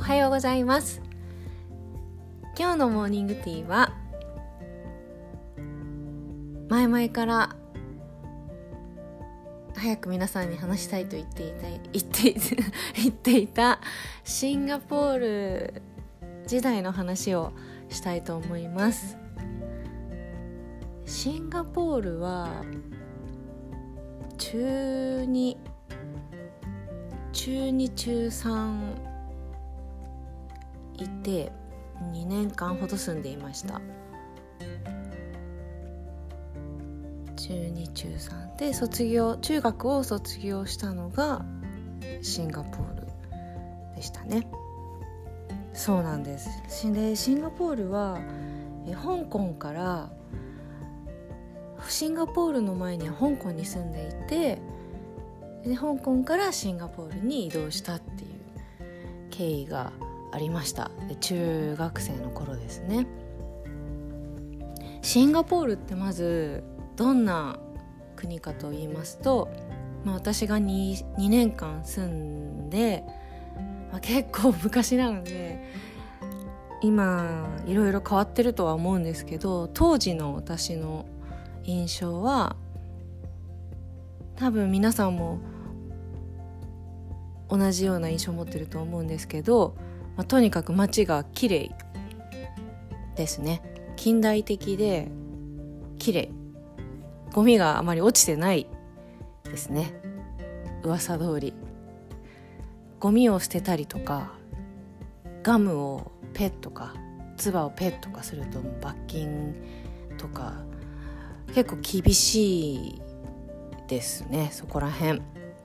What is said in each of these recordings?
はようございます。今日のモーニングティーは前々から早く皆さんに話したいと言っていたシンガポール時代の話をしたいと思います。シンガポールは中2、中3いて2年間ほど住んでいました。中2、中3で中学を卒業したのがシンガポールでしたね。そうなんです。でシンガポールは香港からシンガポールの前には香港に住んでいて、で香港からシンガポールに移動したっていう経緯がありました。で中学生の頃ですね。シンガポールってまずどんな国かと言いますと、私が 2年間住んで、結構昔なので今いろいろ変わってるとは思うんですけど、当時の私の印象は多分皆さんも同じような印象を持ってると思うんですけど、とにかく街が綺麗ですね。近代的で綺麗、ゴミがあまり落ちてないですね。噂通りゴミを捨てたりとか、ガムをペッとか唾をペッとかすると罰金とか結構厳しいですね。そこら辺、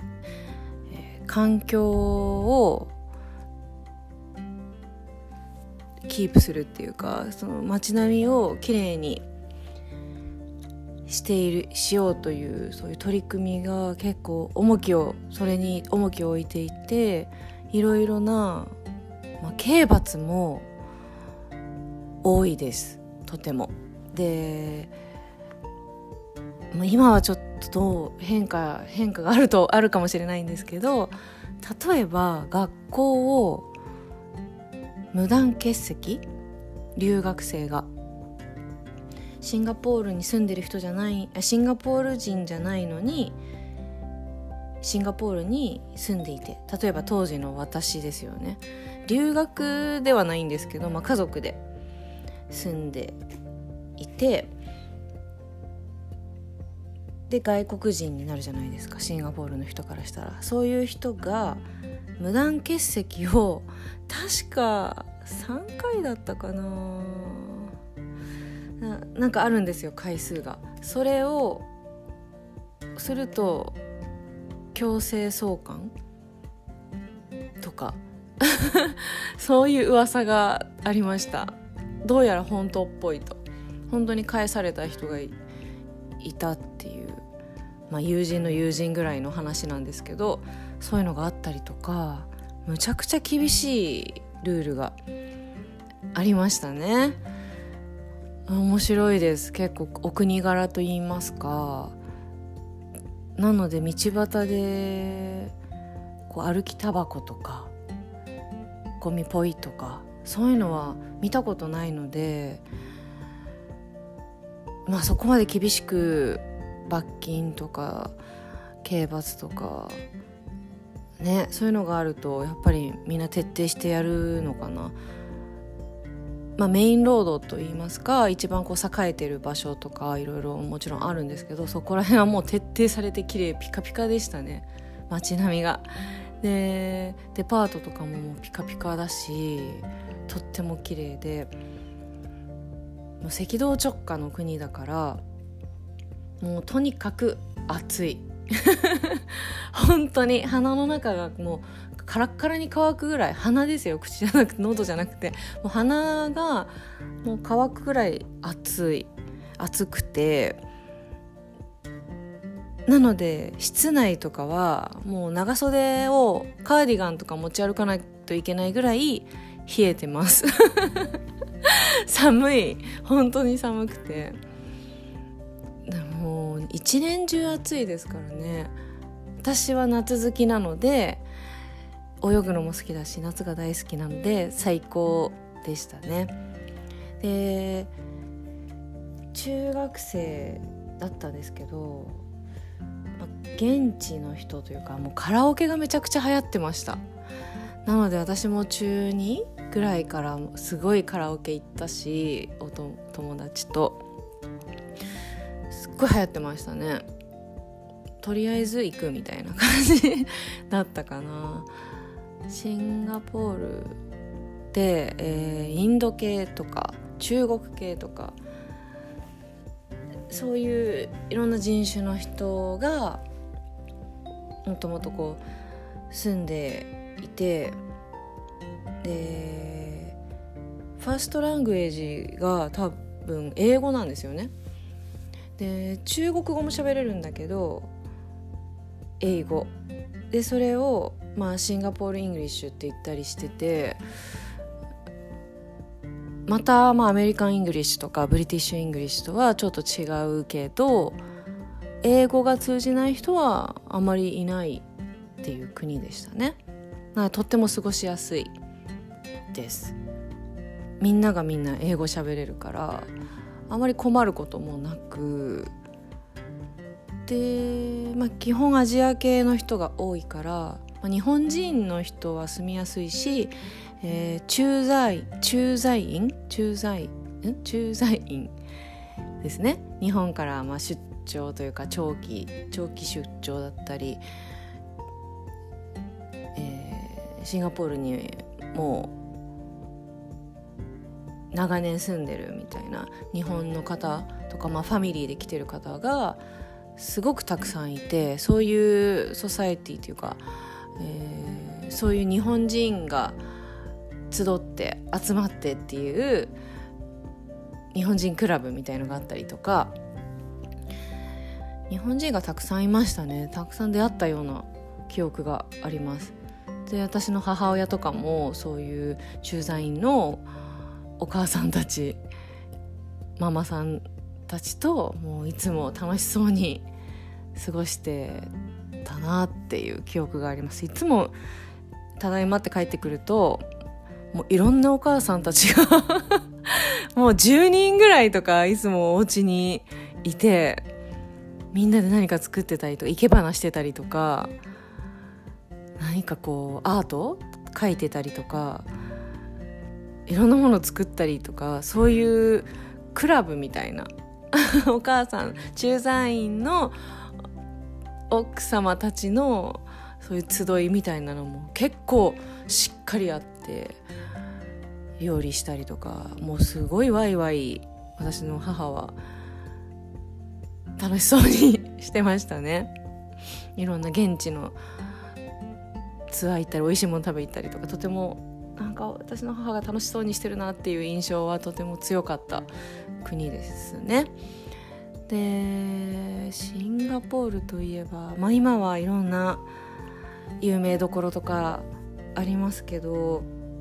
環境をキープするっていうか、その街並みをきれいにしようというそういう取り組みが結構それに重きを置いていて、いろいろな、刑罰も多いです。とても。で、今はちょっと変化があるかもしれないんですけど、例えば学校を無断欠席、留学生がシンガポールに住んでる人じゃない、シンガポール人じゃないのにシンガポールに住んでいて、例えば当時の私ですよね。留学ではないんですけど、家族で住んでいて、で外国人になるじゃないですか、シンガポールの人からしたら。そういう人が無断欠席を確か3回だったかな、なんかあるんですよ、回数が。それをすると強制送還とかそういう噂がありました。どうやら本当っぽいと。本当に返された人がいたっていう、友人の友人ぐらいの話なんですけど、そういうのがあったりとか、むちゃくちゃ厳しいルールがありましたね。面白いです。結構お国柄と言いますか。なので道端で歩きタバコとかゴミポイとか、そういうのは見たことないので、そこまで厳しく罰金とか刑罰とかね、そういうのがあるとやっぱりみんな徹底してやるのかな。メインロードといいますか、一番栄えてる場所とかいろいろもちろんあるんですけど、そこら辺はもう徹底されて綺麗、ピカピカでしたね、街並みが。でデパートとかももうピカピカだし、とっても綺麗で、もう赤道直下の国だから、もうとにかく暑い本当に鼻の中がもうカラッカラに乾くぐらい、鼻ですよ、口じゃなくて喉じゃなくて、もう鼻がもう乾くぐらい暑くて、なので室内とかはもう長袖をカーディガンとか持ち歩かないといけないぐらい冷えてます寒い、本当に寒くて、でも一年中暑いですからね。私は夏好きなので泳ぐのも好きだし夏が大好きなので最高でしたね。で中学生だったんですけど、現地の人というかもうカラオケがめちゃくちゃ流行ってました。なので私も中2ぐらいからすごいカラオケ行ったし、友達とすっごい流行ってましたね。とりあえず行くみたいな感じだったかな。シンガポールで、インド系とか中国系とかそういういろんな人種の人がもともとこう住んでいて、でファーストラングエージが多分英語なんですよね。で中国語も喋れるんだけど英語で、それをシンガポールイングリッシュって言ったりしてて、またアメリカンイングリッシュとかブリティッシュイングリッシュとはちょっと違うけど、英語が通じない人はあまりいないっていう国でしたね。とっても過ごしやすいです。みんながみんな英語喋れるからあまり困ることもなく、で、基本アジア系の人が多いから、日本人の人は住みやすいし、駐在員ですね。日本から出張というか長期出張だったり、シンガポールにもう長年住んでるみたいな日本の方とか、ファミリーで来てる方がすごくたくさんいて、そういうソサエティというか、そういう日本人が集って集まってっていう日本人クラブみたいのがあったりとか、日本人がたくさんいましたね。たくさん出会ったような記憶があります。で私の母親とかもそういう駐在員のお母さんたち、ママさんたちともういつも楽しそうに過ごしてたなっていう記憶があります。いつもただいまって帰ってくるともういろんなお母さんたちがもう10人ぐらいとかいつもお家にいて、みんなで何か作ってたりとか生け花してたりとか、何かこうアート描いてたりとか、いろんなものを作ったりとか、そういうクラブみたいなお母さん駐在員の奥様たちのそういう集いみたいなのも結構しっかりあって、料理したりとかもうすごいワイワイ私の母は楽しそうにしてましたね。いろんな現地のツアー行ったり美味しいもの食べ行ったりとか、とてもなんか私の母が楽しそうにしてるなっていう印象はとても強かった国ですね。でシンガポールといえば、今はいろんな有名どころとかありますけど、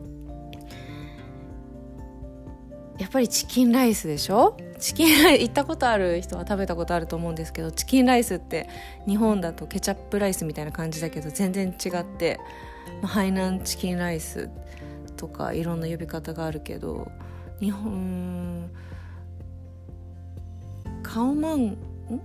やっぱりチキンライスでしょ。チキンライス行ったことある人は食べたことあると思うんですけど、チキンライスって日本だとケチャップライスみたいな感じだけど全然違って、ハイナンチキンライスとかいろんな呼び方があるけど、日本カオマン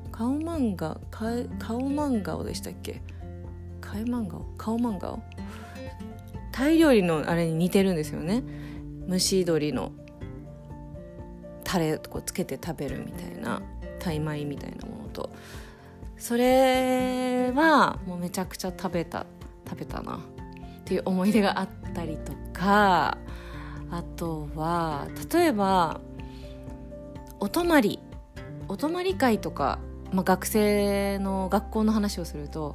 ガオでしたっけ。カオマンガオタイ料理のあれに似てるんですよね。蒸し鶏のタレをつけて食べるみたいな、タイ米みたいなものと、それはもうめちゃくちゃ食べたなっていう思い出があったりとか、あとは例えばお泊まり会とか、学生の学校の話をすると、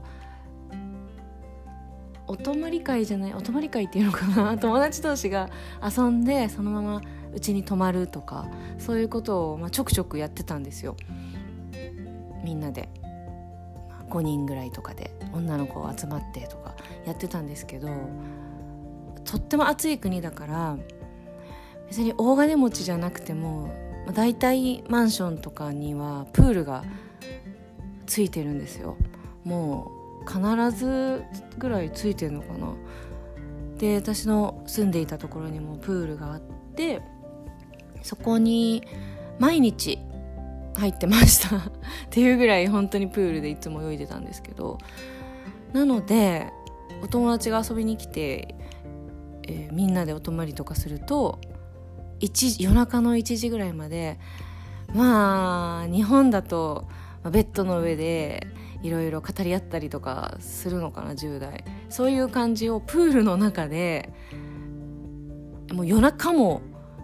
お泊まり会っていうのかな、友達同士が遊んでそのままうちに泊まるとか、そういうことをちょくちょくやってたんですよ。みんなで5人ぐらいとかで女の子を集まってとかやってたんですけど、とっても暑い国だから別に大金持ちじゃなくてもだいたいマンションとかにはプールがついてるんですよ。もう必ずぐらいついてるのかな。 で私の住んでいたところにもプールがあって、そこに毎日入ってましたっていうぐらい本当にプールでいつも泳いでたんですけど、なのでお友達が遊びに来て、みんなでお泊まりとかすると夜中の1時ぐらいまで、まあ日本だとベッドの上でいろいろ語り合ったりとかするのかな、10代そういう感じをプールの中で、もう夜中も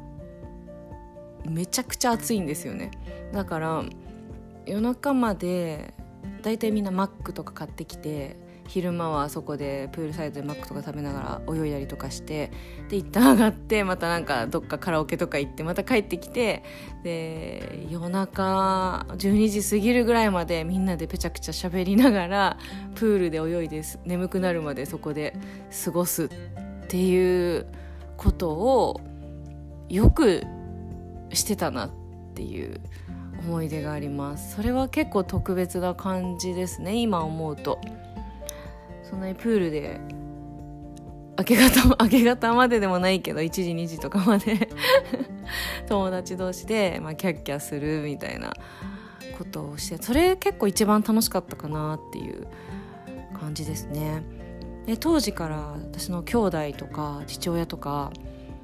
めちゃくちゃ暑いんですよね。だから夜中までだいたいみんなマックとか買ってきて、昼間はそこでプールサイドでマックとか食べながら泳いだりとかして、で一旦上がってまたなんかどっかカラオケとか行ってまた帰ってきて、で夜中12時過ぎるぐらいまでみんなでぺちゃくちゃ喋りながらプールで泳いで眠くなるまでそこで過ごすっていうことをよくしてたなっていう思い出があります。それは結構特別な感じですね、今思うと。そんなにプールで明け方まででもないけど1時2時とかまで友達同士で、キャッキャするみたいなことをして、それ結構一番楽しかったかなっていう感じですね。で当時から私の兄弟とか父親とか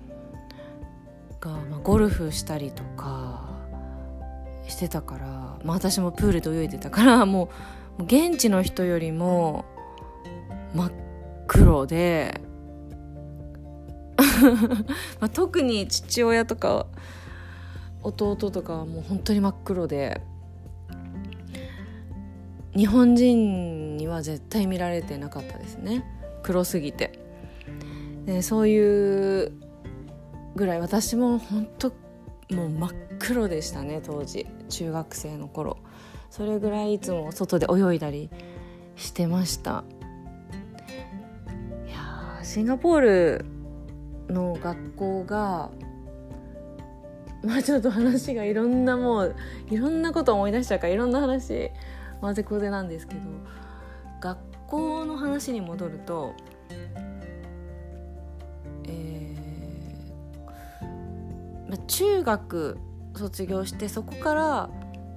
が、ゴルフしたりとかしてたから、私もプールで泳いでたからもう現地の人よりも真っ黒で特に父親とか弟とかはもう本当に真っ黒で、日本人には絶対見られてなかったですね、黒すぎて。でそういうぐらい私も本当もう真っ黒でしたね、当時中学生の頃。それぐらいいつも外で泳いだりしてました。いやシンガポールの学校が、ちょっと話がいろんなこと思い出しちゃうからいろんな話混ぜこぜなんですけど、学校の話に戻ると、中学卒業してそこから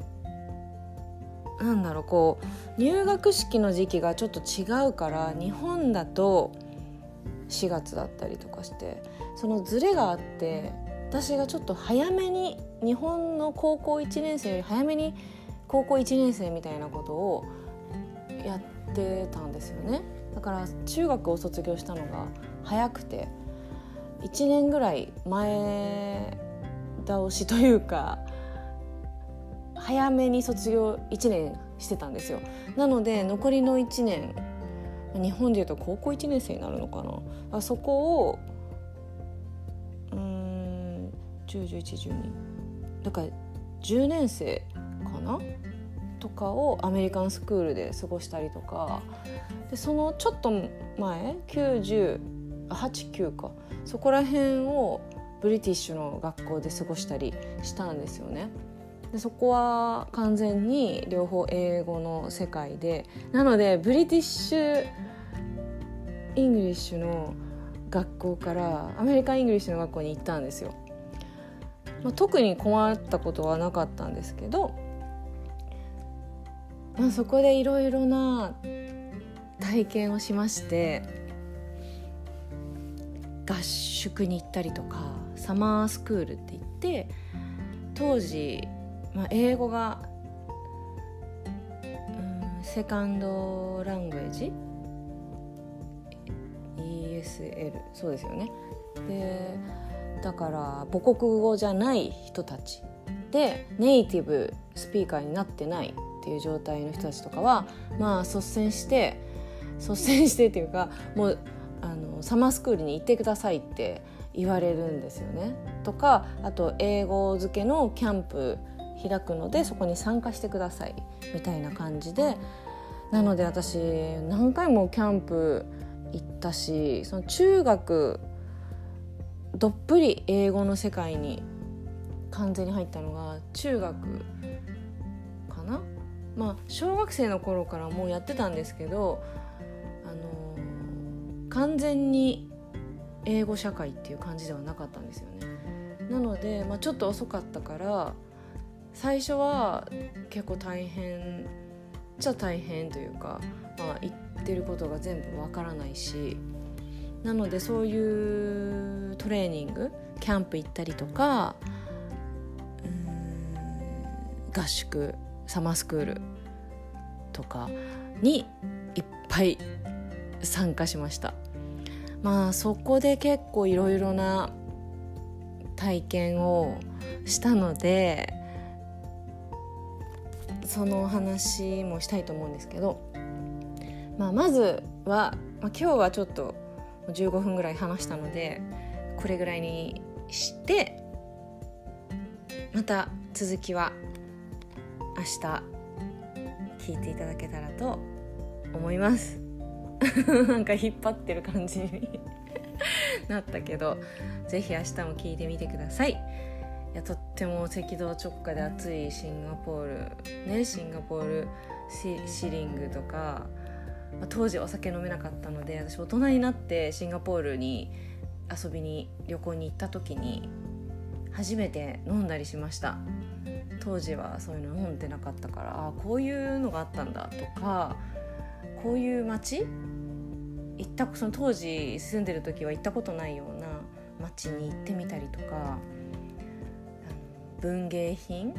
入学式の時期がちょっと違うから、日本だと4月だったりとかして、そのズレがあって、私がちょっと早めに日本の高校1年生より早めに高校1年生みたいなことをやってたんですよね。だから中学を卒業したのが早くて1年ぐらい前倒しというか、早めに卒業1年してたんですよ。なので残りの1年、日本でいうと高校1年生になるのかな、そこを10、11、12だから10年生かなとかをアメリカンスクールで過ごしたりとかで、そのちょっと前9、10、8、9か、そこら辺をブリティッシュの学校で過ごしたりしたんですよね。でそこは完全に両方英語の世界で、なのでブリティッシュイングリッシュの学校からアメリカンイングリッシュの学校に行ったんですよ。特に困ったことはなかったんですけど、そこでいろいろな体験をしまして、合宿に行ったりとか、サマースクールって言って、当時英語が、セカンドラングエージ ESL そうですよね。でだから母国語じゃない人たちでネイティブスピーカーになってないっていう状態の人たちとかは、率先してっていうか、もうサマースクールに行ってくださいって言われるんですよね。とか、あと英語漬けのキャンプ開くのでそこに参加してくださいみたいな感じで、なので私何回もキャンプ行ったし、その中学どっぷり英語の世界に完全に入ったのが中学かな。小学生の頃からもうやってたんですけど、完全に英語社会っていう感じではなかったんですよね。なので、ちょっと遅かったから最初は結構大変じゃ大変というか、言ってることが全部わからないし、なのでそういうトレーニング、キャンプ行ったりとか、合宿、サマースクールとかにいっぱい参加しました。そこで結構いろいろな体験をしたので、その話もしたいと思うんですけど、まずは、今日はちょっと15分ぐらい話したのでこれぐらいにして、また続きは明日聞いていただけたらと思いますなんか引っ張ってる感じになったけど、ぜひ明日も聞いてみてください。いや、とっても赤道直下で暑いシンガポールシリングとか、当時お酒飲めなかったので、私大人になってシンガポールに旅行に行った時に初めて飲んだりしました。当時はそういうの飲んでなかったから、こういうのがあったんだとか、こういう街その当時住んでる時は行ったことないような街に行ってみたりとか、文芸品、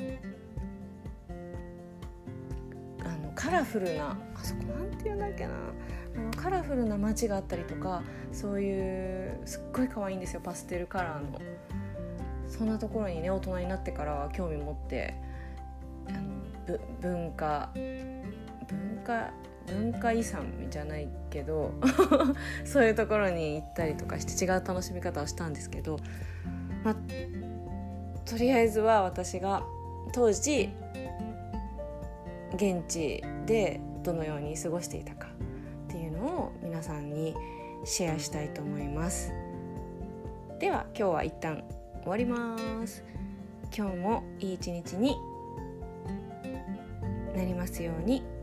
カラフルな、そこなんていうんだっけな、カラフルな街があったりとか、そういうすっごい可愛いんですよ、パステルカラーの。そんなところにね、大人になってから興味持って、文化遺産じゃないけどそういうところに行ったりとかして違う楽しみ方をしたんですけど、とりあえずは私が当時現地でどのように過ごしていたかっていうのを皆さんにシェアしたいと思います。では今日は一旦終わります。今日もいい一日になりますように。